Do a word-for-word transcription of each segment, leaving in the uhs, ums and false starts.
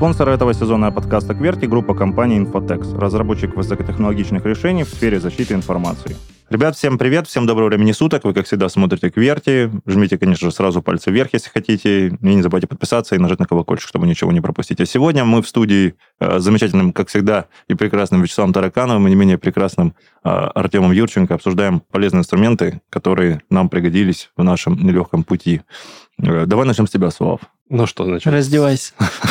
Спонсор этого сезона подкаста QWERTY — группа компании Infotex, разработчик высокотехнологичных решений в сфере защиты информации. Ребят, всем привет, всем доброго времени суток. Вы, как всегда, смотрите QWERTY. Жмите, конечно же, сразу пальцы вверх, если хотите. И не забывайте подписаться и нажать на колокольчик, чтобы ничего не пропустить. А сегодня мы в студии э, с замечательным, как всегда, и прекрасным Вячеславом Таракановым, и не менее прекрасным э, Артемом Юрченко обсуждаем полезные инструменты, которые нам пригодились в нашем нелегком пути. Э, давай начнем с тебя, Слав. Ну что, значит? Раздевайся.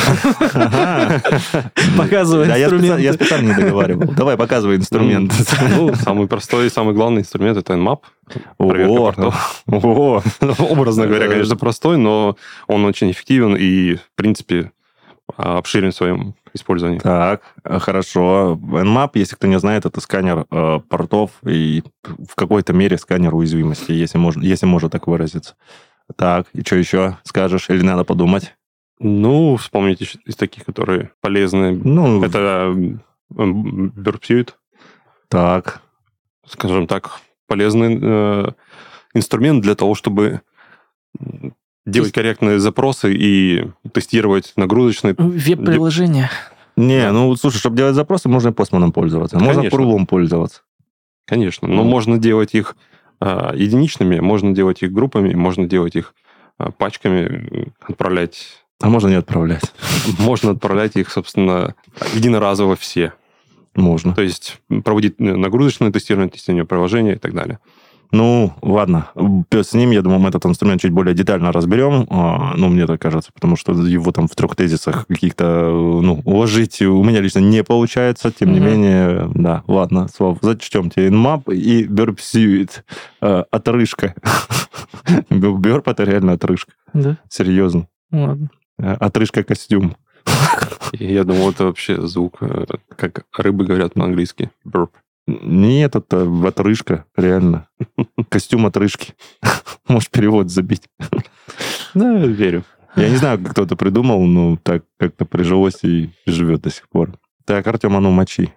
Показывай инструмент. Я специально не договаривал. Давай, показывай инструмент. Ну, самый простой и самый главный инструмент — это Nmap. Ого! Ого! Образно говоря, конечно, простой, но он очень эффективен и, в принципе, обширен в своем использовании. Так, хорошо. Nmap, если кто не знает, это сканер э, портов и в какой-то мере сканер уязвимости, если можно, если можно так выразиться. Так, и что еще скажешь? Или надо подумать? Ну, вспомнить еще из таких, которые полезны. Ну, это Burp Suite. Так. Скажем так, полезный э, инструмент для того, чтобы делать корректные запросы и тестировать нагрузочные... Веб-приложения. Не, да. ну, слушай, чтобы делать запросы, можно и Postman пользоваться. Можно Конечно. Пурлом пользоваться. Конечно, но mm. можно делать их э, единичными, можно делать их группами, можно делать их э, пачками, отправлять... А можно не отправлять. Можно отправлять их, собственно, единоразово все. Можно. То есть проводить нагрузочное тестирование, тестирование приложения и так далее. Ну, ладно. С ним, я думаю, мы этот инструмент чуть более детально разберем. Ну, мне так кажется, потому что его там в трех тезисах каких-то, ну, уложить у меня лично не получается. Тем mm-hmm. не менее, да, ладно, Слав, зачтем тебе Nmap и Burp Suite. Отрыжка. Burp — это реально отрыжка. Да? Серьезно. Ладно. Отрыжка костюм. Я думал, это вообще звук, как рыбы говорят по-английски. Burp. Нет, это отрыжка, реально. Костюм отрыжки. Можешь перевод забить. Да, верю. Я не знаю, как кто это придумал, но так как-то прижилось и живет до сих пор. Так, Артем, а ну мочи.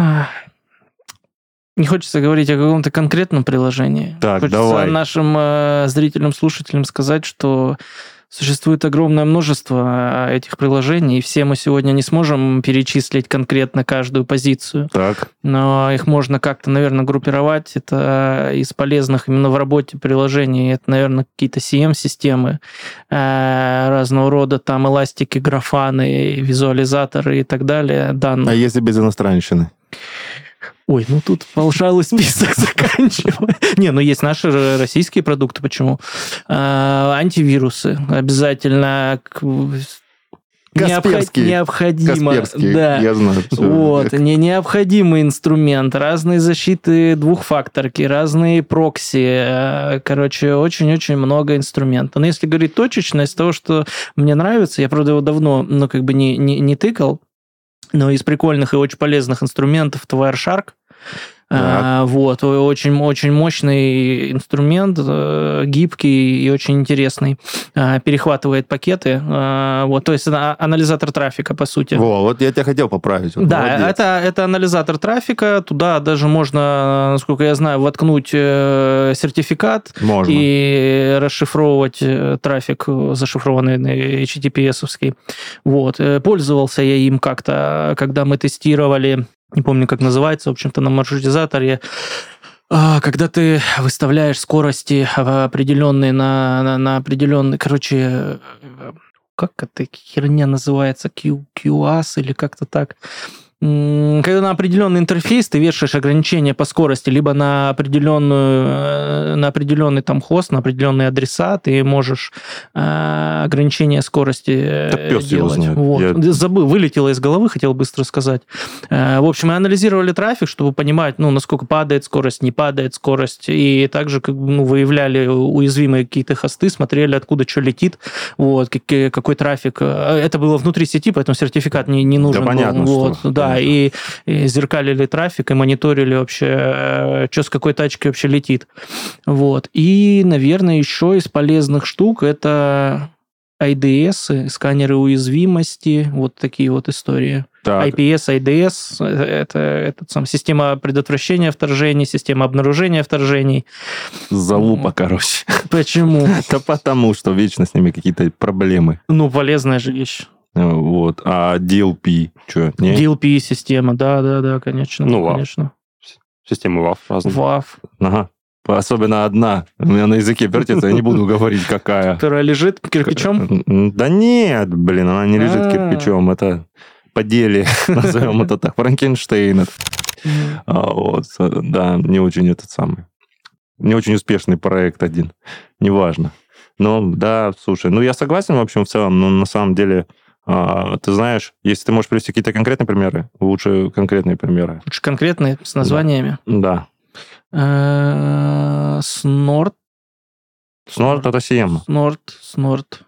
Не хочется говорить о каком-то конкретном приложении. Так, хочется давай. нашим э, зрителям, слушателям сказать, что существует огромное множество этих приложений, и все мы сегодня не сможем перечислить конкретно каждую позицию. Так. Но их можно как-то, наверное, группировать. Это из полезных именно в работе приложений. Это, наверное, какие-то си эм-системы э, разного рода, там эластики, графаны, визуализаторы и так далее. Данных. А если без иностранщины? Ой, ну тут, пожалуй, список заканчиваем. Не, ну есть наши российские продукты, почему? А, антивирусы обязательно... Касперский. Необходимо. Касперский, да. я знаю. Вот, не, необходимый инструмент, разные защиты двухфакторки, разные прокси, короче, очень-очень много инструментов. Но если говорить точечно, из того, что мне нравится, я, правда, его давно, ну, как бы не, не, не тыкал, но из прикольных и очень полезных инструментов это Wireshark. А, вот, очень, очень мощный инструмент, гибкий и очень интересный. Перехватывает пакеты. Вот, то есть анализатор трафика, по сути. Во, вот я тебя хотел поправить. Вот, да, это, это анализатор трафика. Туда даже можно, насколько я знаю, воткнуть сертификат можно. И расшифровывать трафик, зашифрованный эйч ти ти пи-овский. Вот. Пользовался я им как-то, когда мы тестировали, не помню, как называется, в общем-то, на маршрутизаторе, когда ты выставляешь скорости определенные на, на, на определенные, короче, как эта херня называется, Q, кью эй эс или как-то так. Когда на определенный интерфейс ты вешаешь ограничения по скорости, либо на определенную, на определенный там хост, на определенные адреса, ты можешь э, ограничение скорости так пес делать. Его знает. Вот. Я... Забыл, вылетело из головы, хотел быстро сказать. Э, в общем, мы анализировали трафик, чтобы понимать, ну, насколько падает скорость, не падает скорость, и также как бы, ну, выявляли уязвимые какие-то хосты, смотрели, откуда что летит, вот, какой, какой трафик. Это было внутри сети, поэтому сертификат не, не нужен. Да, понятно, вот, что... Да, И, и зеркалили трафик, и мониторили вообще, что с какой тачкой вообще летит. Вот. И, наверное, еще из полезных штук это ай ди эс, сканеры уязвимости, вот такие вот истории. Так. ай пи эс, ай ди эс – это, это сам, система предотвращения вторжений, система обнаружения вторжений. Залупа, короче. Почему? Да потому, что вечно с ними какие-то проблемы. Ну, полезная же вещь. Вот. А ди эл пи, что? ди эл пи-система, да-да-да, конечно. Ну, конечно. Система вав разная. вав. Ага. Особенно одна. У меня на языке вертится, я не буду говорить, какая. Которая лежит кирпичом? Да нет, блин, она не лежит кирпичом. Это поделие, назовем это так. Франкенштейн. Вот, да, не очень этот самый. Не очень успешный проект один. Неважно. Но, да, слушай, ну я согласен, в общем, в целом, но на самом деле... А, ты знаешь, если ты можешь привести какие-то конкретные примеры, лучше конкретные примеры. Лучше конкретные, с названиями? Да. Снорт. Снорт это Сиема. Снорт, Снорт.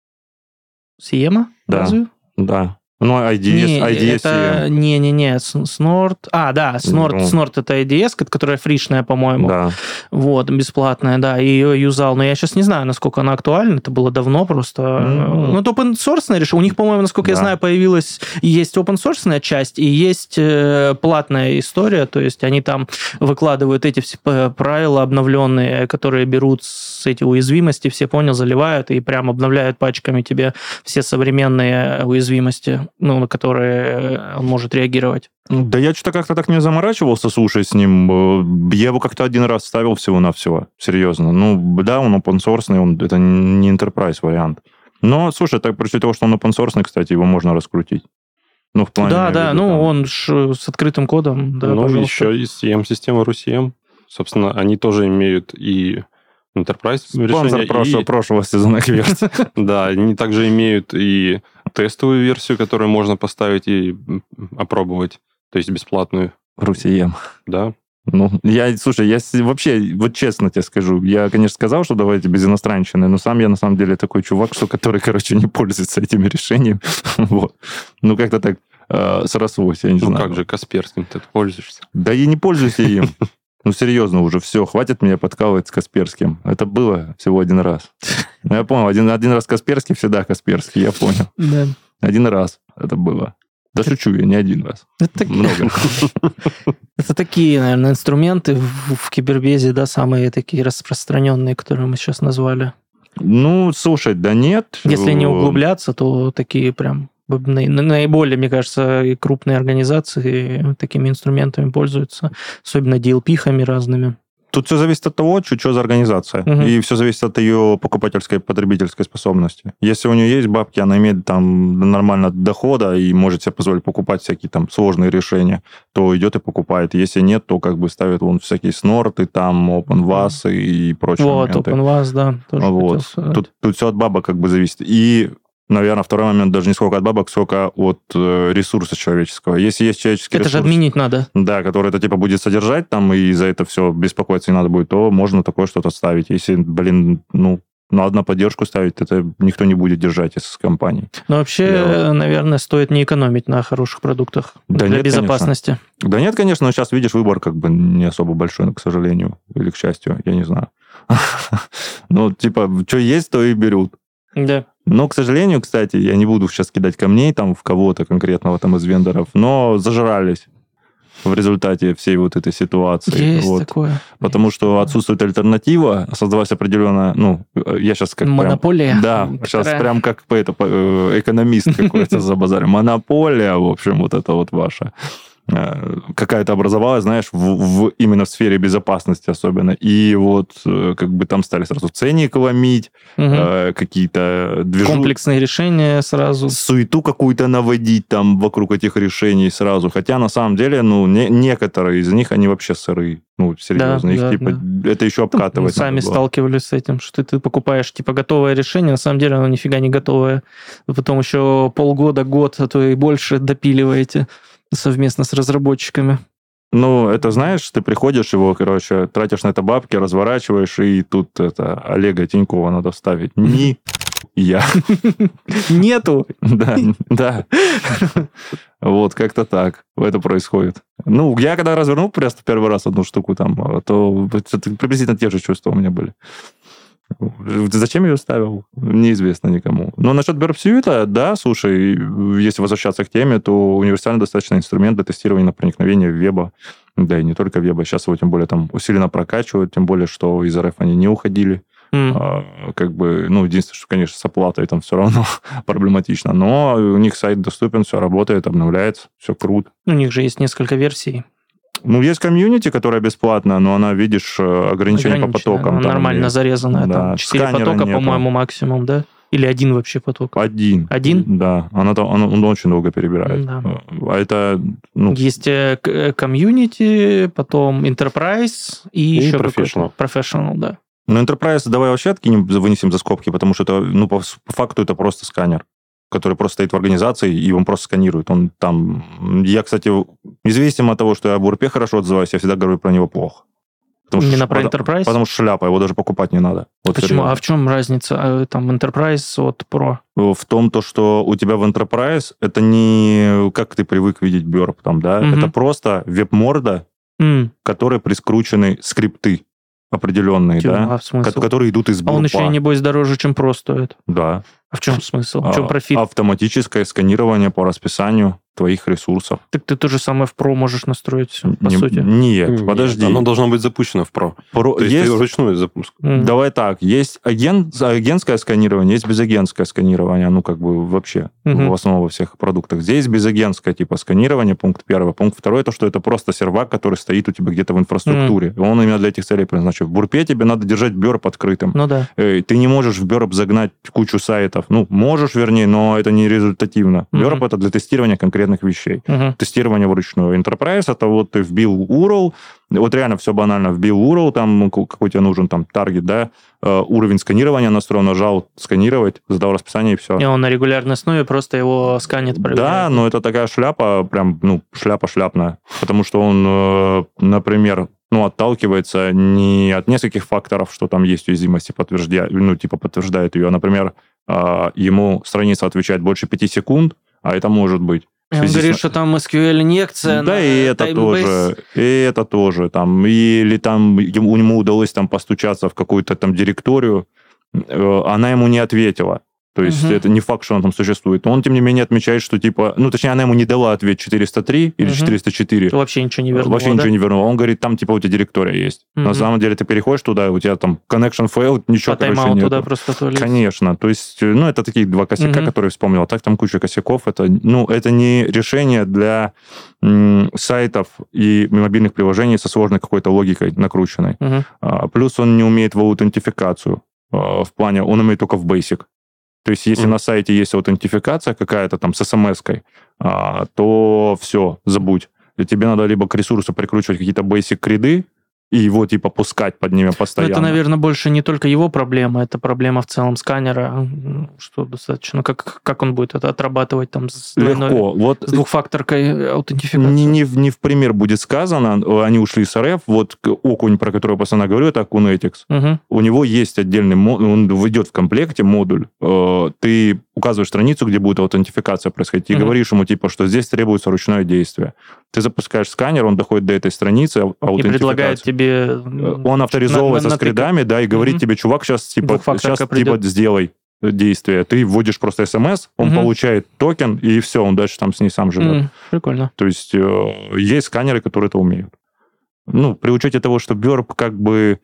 Сиема? Да. Разве? Да. Ну, ай ди эс, не, ай ди эс это... Не-не-не, Снорт... А, да, Снорт, ну, Снорт это ай ди эс, которая фришная, по-моему. Да. Вот, бесплатная, да, и ее юзал. Но я сейчас не знаю, насколько она актуальна, это было давно просто. Mm-hmm. Ну, это open-source решил. У них, по-моему, насколько да. я знаю, появилась... Есть open-source часть, и есть э, платная история, то есть они там выкладывают эти все правила обновленные, которые берут с эти уязвимости, все, понял, заливают и прям обновляют пачками тебе все современные уязвимости, ну, на которые он может реагировать. Да я что-то как-то так не заморачивался, слушай, с ним. Я его как-то один раз ставил всего-навсего, серьезно. Ну, да, он open-source, он, это не enterprise вариант. Но, слушай, так, при того, что он open-source, кстати, его можно раскрутить. Ну, в плане... Да, да, виду, ну, там... он ж с открытым кодом. Да, ну, пожалуйста. еще и си эм-система RuCM. Собственно, они тоже имеют и enterprise решение. Спонсор и... прошлого сезона Кверти. Да, они также имеют и тестовую версию, которую можно поставить и опробовать. То есть бесплатную. RuCM. Да. Ну, я, слушай, я вообще, вот честно тебе скажу, я, конечно, сказал, что давайте без иностранщины, но сам я, на самом деле, такой чувак, что который, короче, не пользуется этими решениями. Вот. Ну, как-то так э, срослось, я не ну, знаю. Ну, как же Касперским ты пользуешься? Да я не пользуюсь им. Ну, серьезно, уже все, хватит меня подкалывать с Касперским. Это было всего один раз. Ну, я понял, один, один раз Касперский, всегда Касперский, я понял. Да. Один раз это было. Да шучу я, не один раз. Это много. Это такие, наверное, инструменты в, в кибербезе, да, самые такие распространенные, которые мы сейчас назвали. Ну, слушай, да нет. Если не углубляться, то такие прям наиболее, мне кажется, и крупные организации такими инструментами пользуются, особенно ди эл пи-хами разными. Тут все зависит от того, что, что за организация. Угу. И все зависит от ее покупательской, потребительской способности. Если у нее есть бабки, она имеет там нормально дохода и может себе позволить покупать всякие там сложные решения, то идет и покупает. Если нет, то как бы ставит вон всякие снорты, там OpenVAS и прочие вот, моменты. OpenVAS, да. Тоже вот. Тут, тут все от бабок как бы зависит. И... Наверное, второй момент даже не сколько от бабок, сколько от э, ресурса человеческого. Если есть человеческий это ресурс... Это же отменить надо. Да, который это типа будет содержать там, и за это все беспокоиться не надо будет, то можно такое что-то ставить. Если, блин, ну, надо на поддержку ставить, это никто не будет держать из компаний. Но вообще, да. наверное, стоит не экономить на хороших продуктах да для нет, безопасности. Конечно. Да нет, конечно, но сейчас, видишь, выбор как бы не особо большой, к сожалению, или к счастью, я не знаю. Ну, типа, что есть, то и берут. Да. Но, к сожалению, кстати, я не буду сейчас кидать камней там в кого-то конкретного там из вендоров, но зажрались в результате всей вот этой ситуации. Есть вот. такое. Потому есть что такое. Отсутствует альтернатива, создалась определенная, ну, я сейчас как монополия. Прям, да, которая... сейчас прям как это, экономист какой-то за базарем. Монополия, в общем, вот это вот ваша. Какая-то образовалась, знаешь, в, в, именно в сфере безопасности особенно. И вот как бы там стали сразу ценник ломить, угу. э, какие-то движу... комплексные решения сразу. Суету какую-то наводить там вокруг этих решений сразу. Хотя на самом деле, ну, не, некоторые из них, они вообще сырые. Ну, серьезно. Да, их, да, типа, да. Это еще обкатывать. Мы сами сталкивались с этим, что ты покупаешь, типа, готовое решение, на самом деле оно нифига не готовое. Вы потом еще полгода, год, а то и больше допиливаете совместно с разработчиками. Ну, это знаешь, ты приходишь его, короче, тратишь на это бабки, разворачиваешь, и тут это Олега Тинькова надо вставить. Ни я. Нету. Да, да. Вот, как-то так это происходит. Ну, я когда развернул просто первый раз одну штуку там, то приблизительно те же чувства у меня были. Зачем я ее ставил? Неизвестно никому. Но насчет Burp да, слушай, если возвращаться к теме, то универсальный достаточно инструмент для тестирования на проникновение в веба. Да и не только веба. Сейчас его тем более там усиленно прокачивают, тем более, что из эр эф они не уходили. Mm. А, как бы, ну, единственное, что, конечно, с оплатой там все равно проблематично, но у них сайт доступен, все работает, обновляется, все круто. У них же есть несколько версий. Ну, есть комьюнити, которая бесплатная, но она, видишь, ограничение по потокам. Там нормально есть. зарезанная. Да. Там четыре Сканера потока, нету. по-моему, максимум, да? Или один вообще поток? Один. Один? Да. Она, там- она- он очень долго перебирает. Да. А это, ну, Есть э, к- э, комьюнити, потом enterprise и, И еще professional. какой-то. Professional, да. ну, Enterprise давай вообще откинем, вынесем за скобки, потому что это, ну, по, по факту это просто сканер, который просто стоит в организации, и он просто сканирует. Он там... Я, кстати, независимо от того, что я об УРП хорошо отзываюсь, я всегда говорю про него плохо. Потому Именно что, про потому- Enterprise? Потому что шляпа, его даже покупать не надо. Вот Почему? серьезно. А в чем разница э, там Enterprise от Pro? В том, то, что у тебя в Enterprise это не как ты привык видеть Burp, там, да? Мгм. Это просто веб-морда, М, к которой прискручены скрипты определенные, тюрьма, да? в смысл? ко- которые идут из А он еще, Burp. небось, дороже, чем Pro стоит. Да. А в чем смысл? В чем А, профит? Автоматическое сканирование по расписанию твоих ресурсов. Так ты то же самое в Pro можешь настроить, по Не- сути. Нет, Нет, подожди. Оно должно быть запущено в Pro. Про- То есть, есть- ты вручную запуск. М. Давай так, есть агент, агентское сканирование, есть безагентское сканирование, ну, как бы вообще, Мгм. в основном во всех продуктах. Здесь безагентское типа сканирование, пункт первый. Пункт второй, то, что это просто сервак, который стоит у тебя где-то в инфраструктуре. Он именно для этих целей предназначен. В Бурпе тебе надо держать Burp открытым. Ну да. Э, Ты не можешь в Burp загнать кучу сайтов. Ну, можешь, вернее, но это не результативно. Мгм. Burp это для тестирования конкретных вещей. Мгм. Тестирование вручную. Enterprise это вот ты вбил ю ар эл, вот реально все банально, вбил ю ар эл, там ну, какой тебе нужен там таргет, да, э, уровень сканирования настроен, нажал сканировать, задал расписание и все. И он на регулярной основе просто его сканит, Да, проверяет. но это такая шляпа, прям, ну, шляпа шляпная, потому что он, э, например, ну, отталкивается не от нескольких факторов, что там есть уязвимость, и подтверждает, ну, типа подтверждает ее, а, например, э, ему страница отвечает больше пяти секунд, а это может быть. И в он связи говорит, с- что там эс кью эль-инъекция Да, на и это Timebase. тоже, и это тоже, там, или там ему, ему удалось там постучаться в какую-то там директорию, э, она ему не ответила. То есть Мгм. это не факт, что он там существует. Но он, тем не менее, отмечает, что типа, ну, точнее, она ему не дала ответ четыреста три или Мгм. четыреста четыре. Вообще ничего не вернуло, Вообще да? ничего не вернула. Он говорит, там типа у тебя директория есть. Мгм. На самом деле ты переходишь туда, у тебя там connection failed, ничего, По короче, тайм-ауту, нету. да, просто туалет. Конечно, то есть, ну, это такие два косяка, Мгм. которые вспомнил. А так там куча косяков. Это, ну, это не решение для м, сайтов и мобильных приложений со сложной какой-то логикой накрученной. Мгм. А, плюс он не умеет в аутентификацию. А, в плане, он умеет только в Basic. То есть, если Мгм. на сайте есть аутентификация какая-то там с эс эм эс-кой, а, то все, забудь. И тебе надо либо к ресурсу прикручивать какие-то basic креды, и его типа пускать под ними Но постоянно. это, наверное, больше не только его проблема, это проблема в целом сканера, м, что достаточно, как, как он будет это отрабатывать там с, двойной- Легко. Вот с двухфакторкой аутентификации. Не, не, в- не в пример будет сказано, они ушли с эр эф, вот к- Окунь, про который я постоянно говорю, это Acunetics. Мгм. У него есть отдельный модуль, он идет в комплекте модуль, э, ты указываешь страницу, где будет аутентификация происходить, и Мгм. говоришь ему, типа, что здесь требуется ручное действие. Ты запускаешь сканер, он доходит до этой страницы, а- И аутентификации. предлагает тебе... Э, Он авторизовывается на- на- с кредами, да, и говорит Мгм. тебе, чувак, сейчас, типа, Двухфакторка сейчас, придет. типа, сделай действие. Ты вводишь просто эс эм эс, он Мгм. получает токен, и все, он дальше там с ней сам живет. М, Прикольно. То есть э, есть сканеры, которые это умеют. Ну, при учете того, что Burp как бы...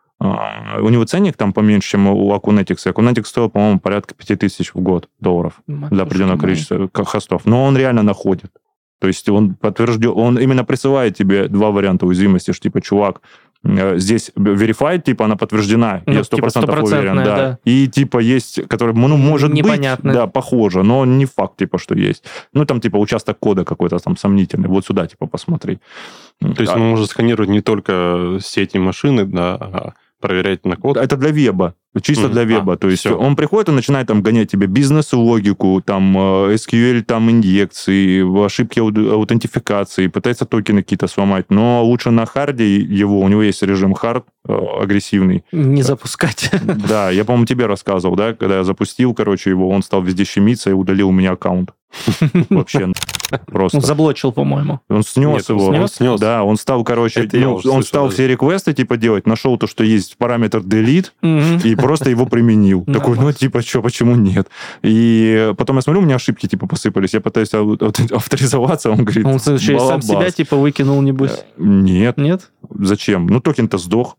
а, у него ценник там поменьше, чем у Acunetics. Acunetics стоил, по-моему, порядка пять тысяч в год долларов для определенного количества к- хостов. Но он реально находит. То есть он подтвержден, он именно присылает тебе два варианта уязвимости, что типа, чувак, э, здесь verified, типа, она подтверждена, Ну, я сто типа, процентов уверен, стопроцентная, да. да. И типа есть, который, ну, может Непонятно. быть, да, похоже, но не факт, типа, что есть. Ну, там, типа, участок кода какой-то там сомнительный, вот сюда, типа, посмотри. То есть А, он может сканировать не только сети машины, да, а проверять на код. Это для веба, чисто Мгм. для веба. А, То есть всё. он приходит и начинает там гонять тебе бизнес-логику, там э, эс кью эль, там инъекции, ошибки ау- аутентификации, пытается токены какие-то сломать. Но лучше на харде его, у него есть режим хард э, агрессивный. Не запускать. Да, я, по-моему, тебе рассказывал, да, когда я запустил, короче, его, он стал везде щемиться и удалил у меня аккаунт. Вообще просто. Он заблочил, по-моему. Он снес Нет, он его. снес, снес. Да, он стал, короче, Это я ну, уже он слышал, стал да. все реквесты типа делать, нашел то, что есть параметр delete, Мгм. и просто его применил. Да, Такой, ну, класс. типа, что, почему нет? И потом я смотрю, у меня ошибки, типа, посыпались. Я пытаюсь ау- ау- авторизоваться, он говорит, Он еще и сам «Балабас». себя, типа, выкинул, небось. Нет, Нет? зачем? Ну, токен-то сдох.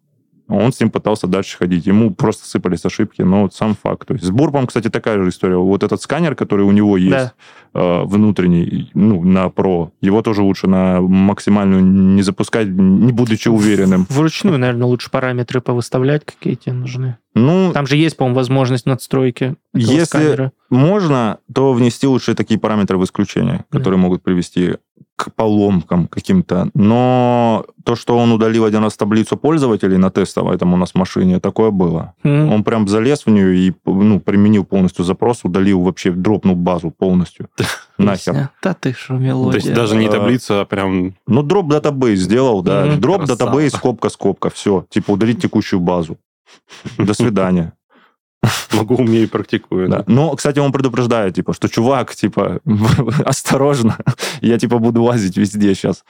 он с ним пытался дальше ходить. Ему просто сыпались ошибки, но вот сам факт. То есть с Бурбом, кстати, такая же история. Вот этот сканер, который у него есть, да. э, внутренний, ну, на Pro, его тоже лучше на максимальную не запускать, не будучи уверенным. Вручную, наверное, лучше параметры повыставлять, какие тебе нужны. Ну, там же есть, по-моему, возможность надстройки этого если сканера. Можно, то внести лучше такие параметры в исключение, которые да. могут привести к поломкам каким-то. Но то, что он удалил один раз таблицу пользователей на тестовой там у нас в машине, такое было. Mm-hmm. Он прям залез в нее и ну, применил полностью запрос, удалил вообще, дропнул базу полностью. Нахер. Да ты шо, мелодия. То есть даже не таблица, а прям... Ну, дроп датабейс сделал, да. Дроп датабейс, скобка-скобка, все. Типа удалить текущую базу. До свидания. Могу, умею и практикую. Да. Но, кстати, он предупреждает, типа, что, чувак, типа, осторожно, я, типа, буду лазить везде сейчас.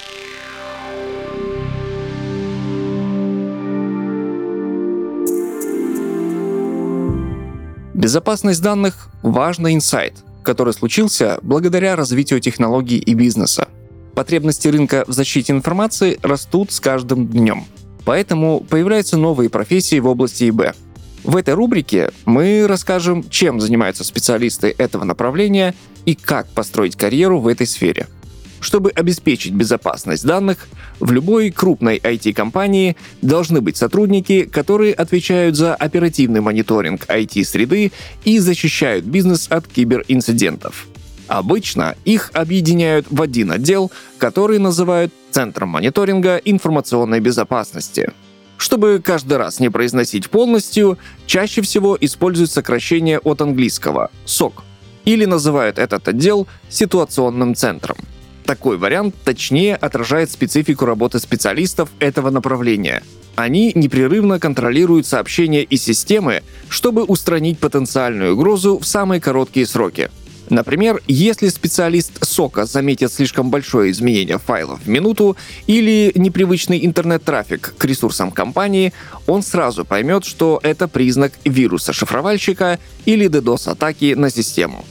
Безопасность данных – важный инсайт, который случился благодаря развитию технологий и бизнеса. Потребности рынка в защите информации растут с каждым днем. Поэтому появляются новые профессии в области ИБ. В этой рубрике мы расскажем, чем занимаются специалисты этого направления и как построить карьеру в этой сфере. Чтобы обеспечить безопасность данных, в любой крупной ай ти-компании должны быть сотрудники, которые отвечают за оперативный мониторинг ай ти-среды и защищают бизнес от киберинцидентов. Обычно их объединяют в один отдел, который называют Центром мониторинга информационной безопасности. Чтобы каждый раз не произносить полностью, чаще всего используют сокращение от английского сок или называют этот отдел ситуационным центром. Такой вариант точнее отражает специфику работы специалистов этого направления. Они непрерывно контролируют сообщения и системы, чтобы устранить потенциальную угрозу в самые короткие сроки. Например, если специалист сока заметит слишком большое изменение файлов в минуту или непривычный интернет-трафик к ресурсам компании, он сразу поймет, что это признак вируса-шифровальщика или ддос-атаки на систему.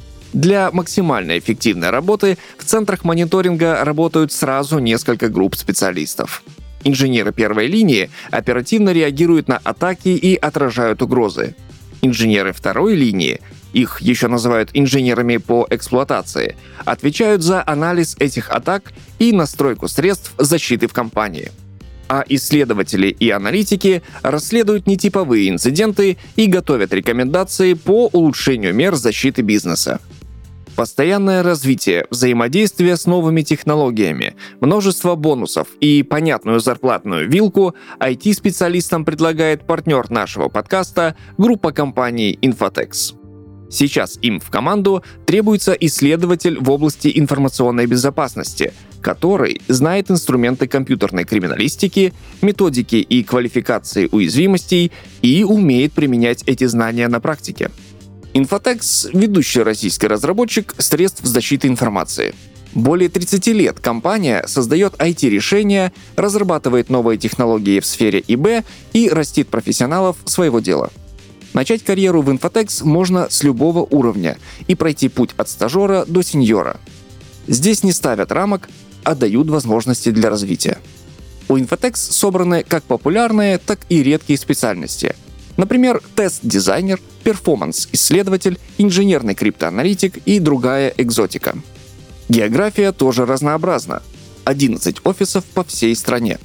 Для максимально эффективной работы в центрах мониторинга работают сразу несколько групп специалистов. Инженеры первой линии оперативно реагируют на атаки и отражают угрозы. Инженеры второй линии, их еще называют инженерами по эксплуатации, отвечают за анализ этих атак и настройку средств защиты в компании. А исследователи и аналитики расследуют нетиповые инциденты и готовят рекомендации по улучшению мер защиты бизнеса. Постоянное развитие, взаимодействие с новыми технологиями, множество бонусов и понятную зарплатную вилку ай ти-специалистам предлагает партнер нашего подкаста — группа компаний Infotex. Сейчас им в команду требуется исследователь в области информационной безопасности, который знает инструменты компьютерной криминалистики, методики и квалификации уязвимостей и умеет применять эти знания на практике. Infotex — ведущий российский разработчик средств защиты информации. Более тридцати лет компания создает ай ти-решения, разрабатывает новые технологии в сфере ИБ и растит профессионалов своего дела. Начать карьеру в Infotex можно с любого уровня и пройти путь от стажера до сеньора. Здесь не ставят рамок, а дают возможности для развития. У Infotex собраны как популярные, так и редкие специальности. Например, тест-дизайнер, перформанс-исследователь, инженерный криптоаналитик и другая экзотика. География тоже разнообразна. одиннадцать офисов по всей стране.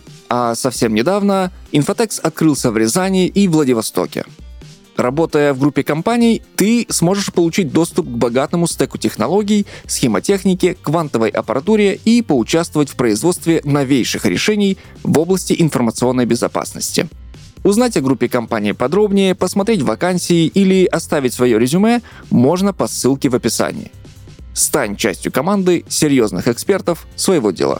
А совсем недавно Infotex открылся в Рязани и Владивостоке. Работая в группе компаний, ты сможешь получить доступ к богатому стеку технологий, схемотехнике, квантовой аппаратуре и поучаствовать в производстве новейших решений в области информационной безопасности. Узнать о группе компаний подробнее, посмотреть вакансии или оставить свое резюме можно по ссылке в описании. Стань частью команды серьезных экспертов своего дела.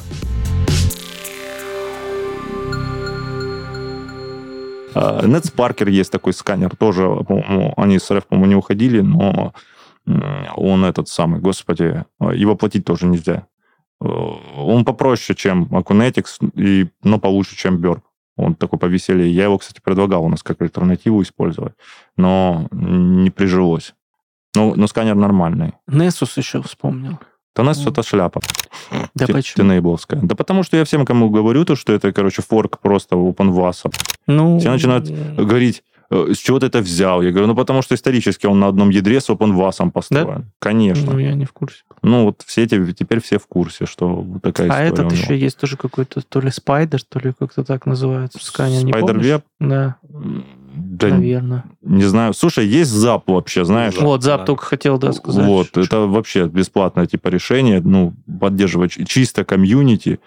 NetSparker есть такой сканер, тоже, по-моему, они с эр эф, по-моему, не уходили, но он этот самый, господи, его платить тоже нельзя. Он попроще, чем Acunetics, и, но получше, чем Burp. Он такой повеселее. Я его, кстати, предлагал у нас как альтернативу использовать, но не прижилось. Но, но сканер нормальный. Nessus еще вспомнил. Да у нас что-то шляпа. Да почему? Тенейбловская. Да потому что я всем, кому говорю, то, что это, короче, форк просто OpenVAS. Ну... Все начинают говорить, с чего ты это взял? Я говорю, ну, потому что исторически он на одном ядре с OpenVAS построен. Да? Конечно. Ну, я не в курсе. Ну, вот все эти, теперь все в курсе, что вот такая а история. А этот еще есть тоже какой-то, то ли Spider, то ли как-то так называется. Сканер, не помнишь? Spider-Web? Да. Да, наверное. Не знаю. Слушай, есть зап вообще, знаешь? Zap, вот, зап да. только хотел, да, сказать. Вот, что, это что. Вообще бесплатное типа решение, ну, поддерживать чисто комьюнити,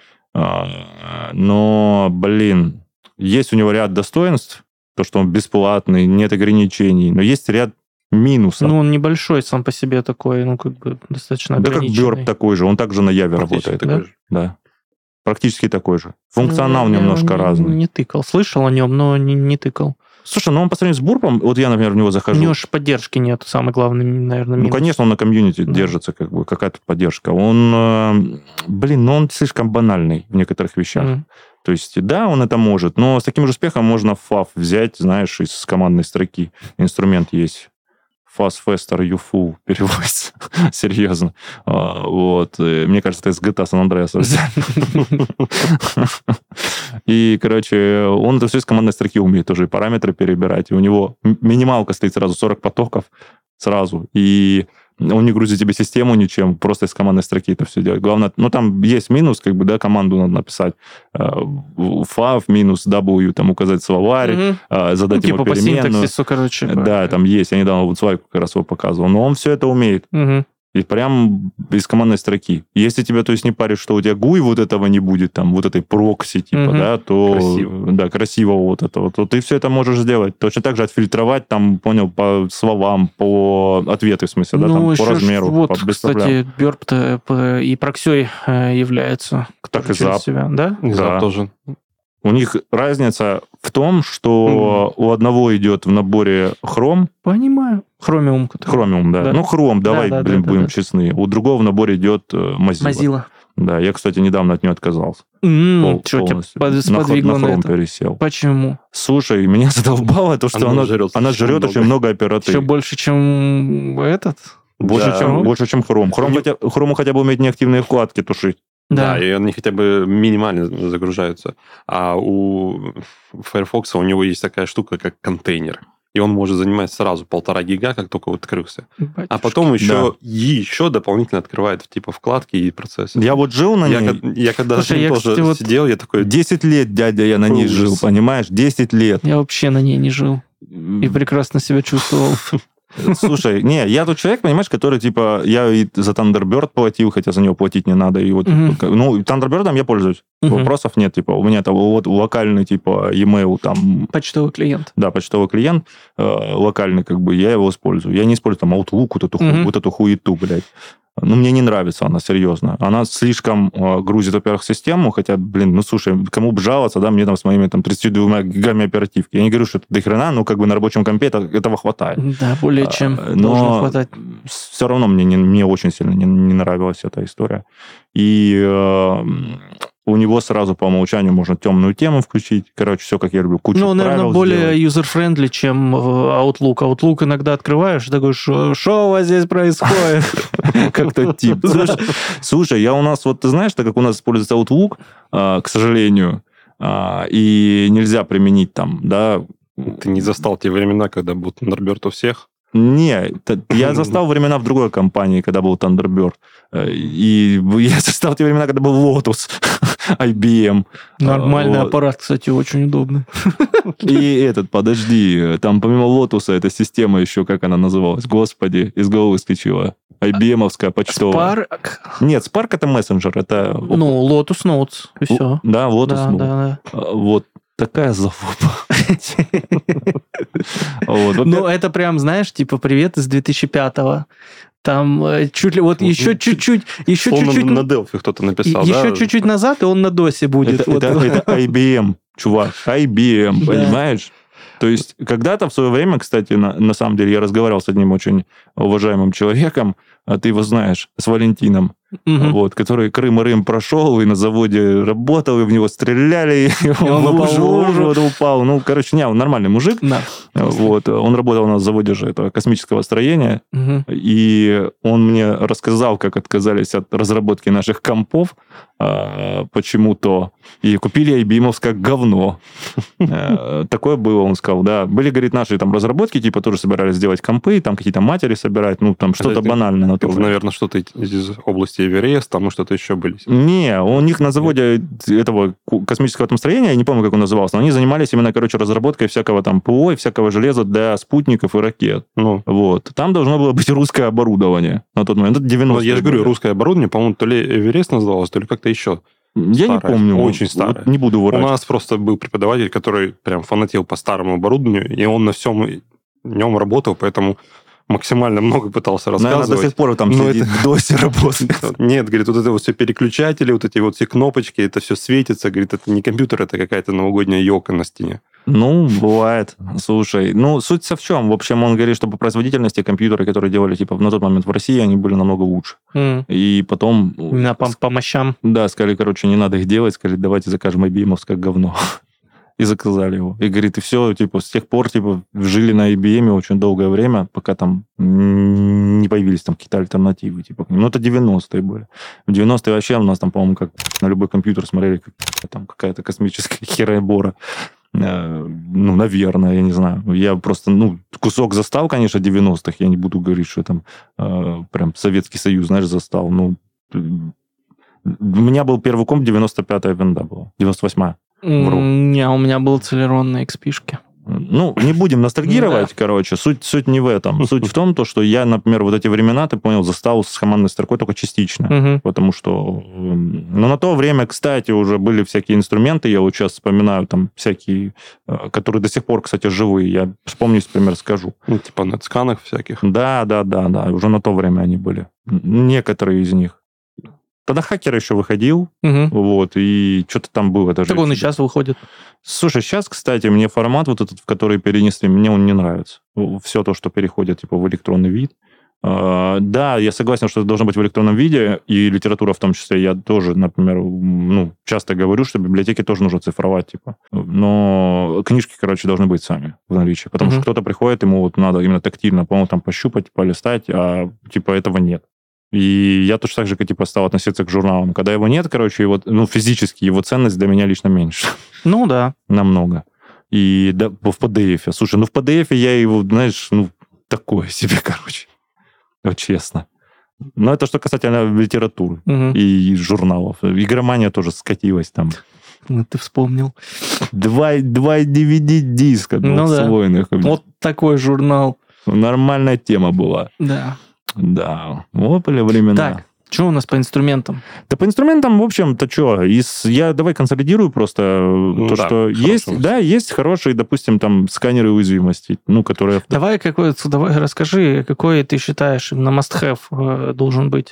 но, блин, есть у него ряд достоинств, то, что он бесплатный, нет ограничений, но есть ряд минусов. Ну, он небольшой сам по себе такой, ну, как бы достаточно ограниченный. Да как Burp такой же, он также на Яве работает. Да? Да. Практически такой же. Функционал ну, немножко не, разный. Не тыкал. Слышал о нем, но не, не тыкал. Слушай, ну он по сравнению с Бурпом, вот я, например, в него захожу... У него же поддержки нет, самый главный, наверное, минус. Ну, конечно, он на комьюнити да. держится, как бы, какая-то поддержка. Он, блин, ну он слишком банальный в некоторых вещах. Mm. То есть, да, он это может, но с таким же успехом можно фаф взять, знаешь, из командной строки. Инструмент есть. Fast, faster, you fool переводится. Серьезно. А, вот. Мне кажется, это из джи ти эй San Andreas взяли. И, короче, он это все из командной строки умеет тоже и параметры перебирать. И у него минималка стоит сразу сорок потоков сразу. И он не грузит тебе систему ничем, просто из командной строки это все делает. Главное, ну, там есть минус, как бы, да, команду надо написать. Фав минус W, там указать словарь, угу. задать ну, ему типа переменную. По синтаксису, короче. Да, там есть. Я недавно вот свайку как раз его показывал. Но он все это умеет. Угу. И прям из командной строки. Если тебя, то есть, не паришь, что у тебя гуй вот этого не будет, там, вот этой прокси, типа, угу. да, то... Красиво. Да, красивого вот этого, то ты все это можешь сделать. Точно так же отфильтровать, там, понял, по словам, по ответу, в смысле, да, ну, там, по размеру. Вот, по, без кстати, Burp-то и проксей является. Так и Zap. Себя, да? И да. Zap тоже. У них разница в том, что mm. у одного идет в наборе Chrome. Понимаю. Chromium. Chromium, да. да. Ну, Chrome, давай, да, да, блин, да, будем да, честны. У другого в наборе идет Mozilla. Mozilla. Да, я, кстати, недавно от нее отказался. Mm, Пол, что тебя сподвигло на, на, на это? пересел. Почему? Слушай, меня задолбало то, что она, она жрет, она жрет очень много оперативы. Еще больше, чем этот? Больше, да. чем, больше, чем Chrome. Chrome, хотя, Chrome хотя бы умеет неактивные вкладки тушить. Да. да, и они хотя бы минимально загружаются. А у Firefox у него есть такая штука, как контейнер. И он может занимать сразу полтора гига, как только вот открылся. Батюшки. А потом еще, да. еще дополнительно открывает типа вкладки и процессы. Я вот жил на я, ней. Я, я когда Слушай, я, тоже кстати, вот сидел, я такой... десять лет, дядя, я на ней ужас. жил, понимаешь? десять лет. Я вообще на ней не жил. И прекрасно себя чувствовал. Слушай, не, я тот человек, понимаешь, который, типа, я и за Thunderbird платил, хотя за него платить не надо. И вот, uh-huh. ну, Thunderbird'ом я пользуюсь. Uh-huh. Вопросов нет, типа, у меня там вот локальный, типа, e-mail там... Почтовый клиент. Да, почтовый клиент э, локальный, как бы, я его использую. Я не использую там Outlook, вот эту, uh-huh. вот эту хуету, блядь. Ну, мне не нравится она, серьезно. Она слишком э, грузит, во-первых, систему, хотя, блин, ну, слушай, кому бы жаловаться, да, мне там с моими там тридцатью двумя гигами оперативки. Я не говорю, что это до хрена, но как бы на рабочем компе это, этого хватает. Да, более чем а, но должно хватать. Все равно мне, не, мне очень сильно не, не нравилась эта история. И э, у него сразу по умолчанию можно темную тему включить. Короче, все, как я люблю, кучу Ну, наверное, правил более сделать. юзер-френдли, чем Outlook. Outlook иногда открываешь, и такой, что у вас здесь происходит? Как тот тип. Слушай, я у нас, вот ты знаешь, так как у нас используется Outlook, к сожалению, и нельзя применить там, да... Ты не застал те времена, когда был Thunderbird у всех? Не, я застал времена в другой компании, когда был Thunderbird. И я застал те времена, когда был Lotus, ай би эм. Нормальный вот. Аппарат, кстати, очень удобный. И этот, подожди, там помимо Lotus эта система еще, как она называлась? Господи, из головы выскочила. ай би эм-овская почтовая. Spark? Нет, Spark это мессенджер. Это... Ну, Lotus Notes, и все. Да, Lotus да, Notes. Да, да. Вот. Такая залупа. Ну, это прям, знаешь, типа, привет из две тысячи пятого. Там чуть ли, вот еще чуть-чуть, еще чуть-чуть... на Delphi кто-то написал, да? Еще чуть-чуть назад, и он на досе будет. Это ай би эм, чувак, ай би эм, понимаешь? То есть, когда-то в свое время, кстати, на, на самом деле, я разговаривал с одним очень уважаемым человеком, а ты его знаешь, с Валентином. угу. вот, который Крым и Рым прошел, и на заводе работал, и в него стреляли, и он, он в лужу упал. Ну, короче, не, он нормальный мужик. Да. Вот, он работал на заводе же этого космического строения, угу. и он мне рассказал, как отказались от разработки наших компов а, почему-то, и купили ай би эм-овское говно. Такое было, он сказал, да. Были, говорит, наши там разработки, типа тоже собирались сделать компы, там какие-то матери собирать, ну, там что-то банальное. Наверное, что-то из области Эверест, там что-то еще были. Не, у них на заводе этого космического там строения, я не помню, как он назывался, но они занимались именно, короче, разработкой всякого там ПО и всякого железа для спутников и ракет. Ну. Вот. Там должно было быть русское оборудование на тот момент. Это девяностые. Ну, я же говорю, русское оборудование, по-моему, то ли Эверест называлось, то ли как-то еще. Я старое, не помню. Очень старое. Вот не буду врать. У нас просто был преподаватель, который прям фанател по старому оборудованию, и он на всем нем работал, поэтому максимально много пытался рассказывать. Наверное, до сих пор там сидит это... в досе работает. Нет, говорит, вот это вот все переключатели, вот эти вот все кнопочки, это все светится. Говорит, это не компьютер, это какая-то новогодняя елка на стене. Ну, бывает. Слушай, ну, суть-то в чем? В общем, он говорит, что по производительности компьютеры, которые делали, типа, на тот момент в России, они были намного лучше. Mm. И потом... Именно по, по мощам. Да, сказали, короче, не надо их делать, сказали, давайте закажем ай би эм-овское говно. И заказали его. И говорит, и все, типа, с тех пор, типа, жили на ай би эм очень долгое время, пока там не появились там какие-то альтернативы, типа. Ну, это девяностые были. В девяностые вообще у нас там, по-моему, как на любой компьютер смотрели, как там какая-то космическая херая-бора. Ну, наверное, я не знаю. Я просто, ну, кусок застал, конечно, девяностых. Я не буду говорить, что там э, прям Советский Союз, знаешь, застал. Ну, у меня был первый комп, девяносто пятая винда была. девяносто восьмая. Не, у меня был Celeron на икс пи-шке. Ну, не будем ностальгировать, короче. Суть, суть не в этом. Суть в том, то, что я, например, вот эти времена, ты понял, застал с командной строкой только частично. Uh-huh. Потому что... Ну, на то время, кстати, уже были всякие инструменты. Я вот сейчас вспоминаю там всякие, которые до сих пор, кстати, живые. Я вспомню, например, скажу. Ну, типа на сканах всяких. Да, да, да, да. Уже на то время они были. Некоторые из них. Тогда хакер еще выходил, угу. вот, и что-то там было. Даже так он и сейчас выходит. Слушай, сейчас, кстати, мне формат вот этот, в который перенесли, мне он не нравится. Все то, что переходит, типа, в электронный вид. Uh, да, я согласен, что это должно быть в электронном виде, и литература в том числе. Я тоже, например, ну, часто говорю, что библиотеки тоже нужно цифровать, типа. Но книжки, короче, должны быть сами в наличии, потому uh-huh. что кто-то приходит, ему вот надо именно тактильно, по-моему, там пощупать, полистать, а, типа, этого нет. И я точно так же, как, типа, стал относиться к журналам. Когда его нет, короче, его, ну, физически его ценность для меня лично меньше. Ну, да. Намного. И да, в пи ди эф. Слушай, ну, в пи ди эф я его, знаешь, ну, такое себе, короче. Вот честно. Но это что касательно литературы угу. и журналов. Игромания тоже скатилась там. Ну, ты вспомнил. Два, два ди ви ди-диска двухслойных. Ну, да. Вот такой журнал. Нормальная тема была. Да. Да, вот были времена. Так, что у нас по инструментам? Да по инструментам, в общем-то, что? Из, я давай консолидирую просто ну, то, да, что есть, да, есть хорошие, допустим, там сканеры уязвимостей, ну, которые... Давай, какой, давай расскажи, какой ты считаешь именно must-have должен быть?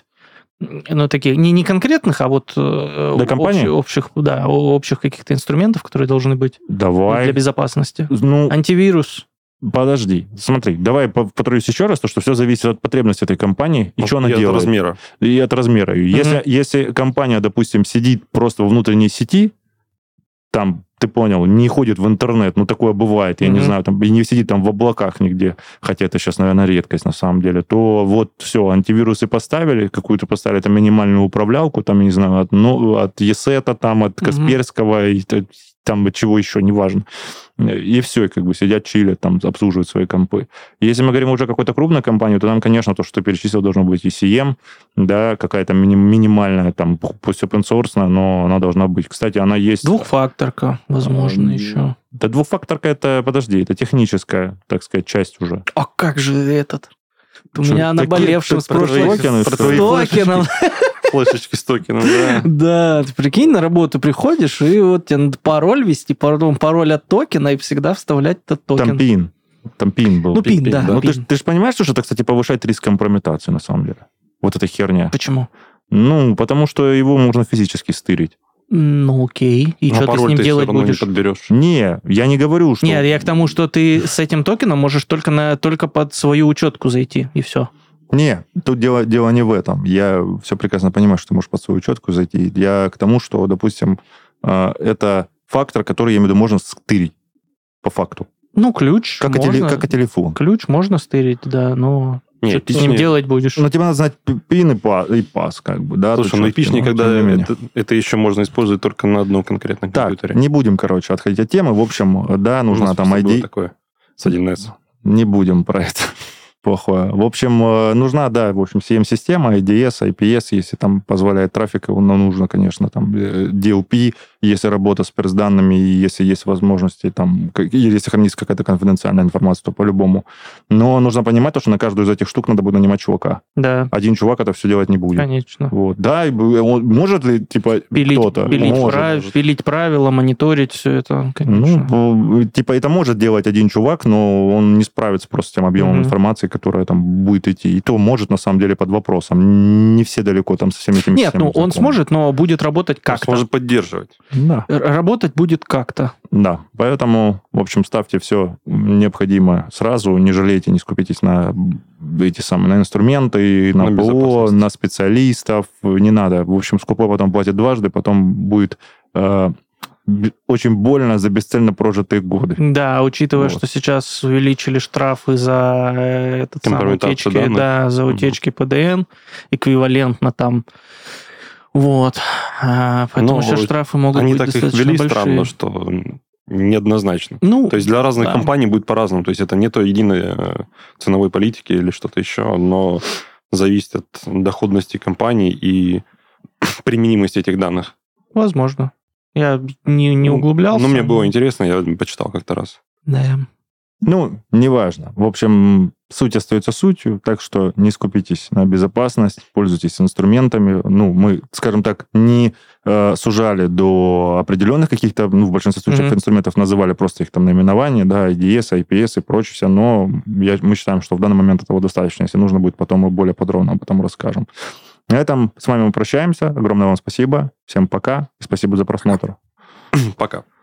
Ну, такие, не, не конкретных, а вот для компании? Общих, да, общих каких-то инструментов, которые должны быть давай. Для безопасности. Ну, антивирус. Подожди, смотри, давай повторюсь еще раз, то, что все зависит от потребностей этой компании и ну, что она и делает. от размера. И от размера. Uh-huh. Если, если компания, допустим, сидит просто во внутренней сети, там, ты понял, не ходит в интернет, ну, такое бывает, я uh-huh. не знаю, там, и не сидит там в облаках нигде, хотя это сейчас, наверное, редкость на самом деле, то вот все, антивирусы поставили, какую-то поставили там минимальную управлялку, там, я не знаю, от, ну, от Есета, там, от Касперского, uh-huh. и там от чего еще, неважно. И все, и как бы сидят, чилят, там, обслуживают свои компы. Если мы говорим уже о какой-то крупной компании, то там, конечно, то, что ты перечислил, должно быть и си эм, да, какая-то мини- минимальная, там, пусть open source, но она должна быть. Кстати, она есть... Двухфакторка, возможно, а, еще. Да, двухфакторка, это, подожди, это техническая, так сказать, часть уже. А как же этот? У Что, меня наболевшим с прошлого... С токеном. Флешечки с токеном, да. Да, ты прикинь, на работу приходишь, и вот тебе надо пароль ввести, потом пароль от токена, и всегда вставлять этот токен. Там пин. Там пин был. Ну, пин, пин да. Ну, пин. Ты, ты же понимаешь, что это, кстати, повышает риск компрометации, на самом деле? Вот эта херня. Почему? Ну, потому что его можно физически стырить. Ну, окей. И что ты с ним делать будешь? Не подберешь. Не, я не говорю, что... Нет, я к тому, что ты с этим токеном можешь только, на, только под свою учетку зайти, и все. Не, тут дело, дело не в этом. Я все прекрасно понимаю, что ты можешь под свою учетку зайти. Я к тому, что, допустим, это фактор, который, я имею в виду, можно стырить по факту. Ну, ключ как можно. И теле, как и телефон. Ключ можно стырить, да, но... Нет, что ты с ним делать будешь? Ну, тебе надо знать пин и пас, и пас как бы, да. Слушай, ну, эпишник, когда это, это еще можно использовать только на одном конкретном так, компьютере. Не будем, короче, отходить от темы. В общем, да, нужна там ай ди. Такое с один эс. Не будем про это. Плохое. В общем, нужна, да, в общем, си эм-система, ай ди эс, ай пи эс, если там позволяет трафик, нам нужно, конечно, там ди эл пи, если работа с перс-данными, если есть возможности, там, или если хранится какая-то конфиденциальная информация, то по-любому. Но нужно понимать то, что на каждую из этих штук надо будет нанимать чувака. Да. Один чувак это все делать не будет. Конечно. Вот. Да, он, может ли, типа, пилить, кто-то? Пилить, может, прав... может. пилить правила, мониторить все это, конечно. Ну, типа, это может делать один чувак, но он не справится просто с тем объемом mm-hmm. информации, которая там будет идти. И то может, на самом деле, под вопросом. Не все далеко там со всеми этими Нет, ну, он сможет, но будет работать как-то. Он сможет поддерживать. Да. Работать будет как-то. Да, поэтому, в общем, ставьте все необходимое сразу, не жалейте, не скупитесь на эти самые, на инструменты, на, на ПО, на специалистов, не надо. В общем, скупой потом платит дважды, потом будет э, очень больно за бесцельно прожитые годы. Да, учитывая, вот. Что сейчас увеличили штрафы за э, этот самый утечки, данных. да, за утечки угу. пэ дэ эн, эквивалентно там. Вот. А, поэтому Но сейчас штрафы могут они быть так достаточно их ввели большие. Странно, что неоднозначно. Ну, то есть для разных да. компаний будет по-разному. То есть это не то единой ценовой политики или что-то еще, но зависит от доходности компании и применимости этих данных. Возможно. Я не, не углублялся. Ну, мне было интересно, я почитал как-то раз. Да. Ну, неважно. В общем, суть остается сутью, так что не скупитесь на безопасность, пользуйтесь инструментами. Ну, мы, скажем так, не э, сужали до определенных каких-то, ну, в большинстве случаев mm-hmm. инструментов называли просто их там наименование, да, ай ди эс, ай пи эс и прочее все, но я, мы считаем, что в данный момент этого достаточно. Если нужно будет, потом мы более подробно об этом расскажем. На этом с вами мы прощаемся. Огромное вам спасибо. Всем пока. Спасибо за просмотр. Пока.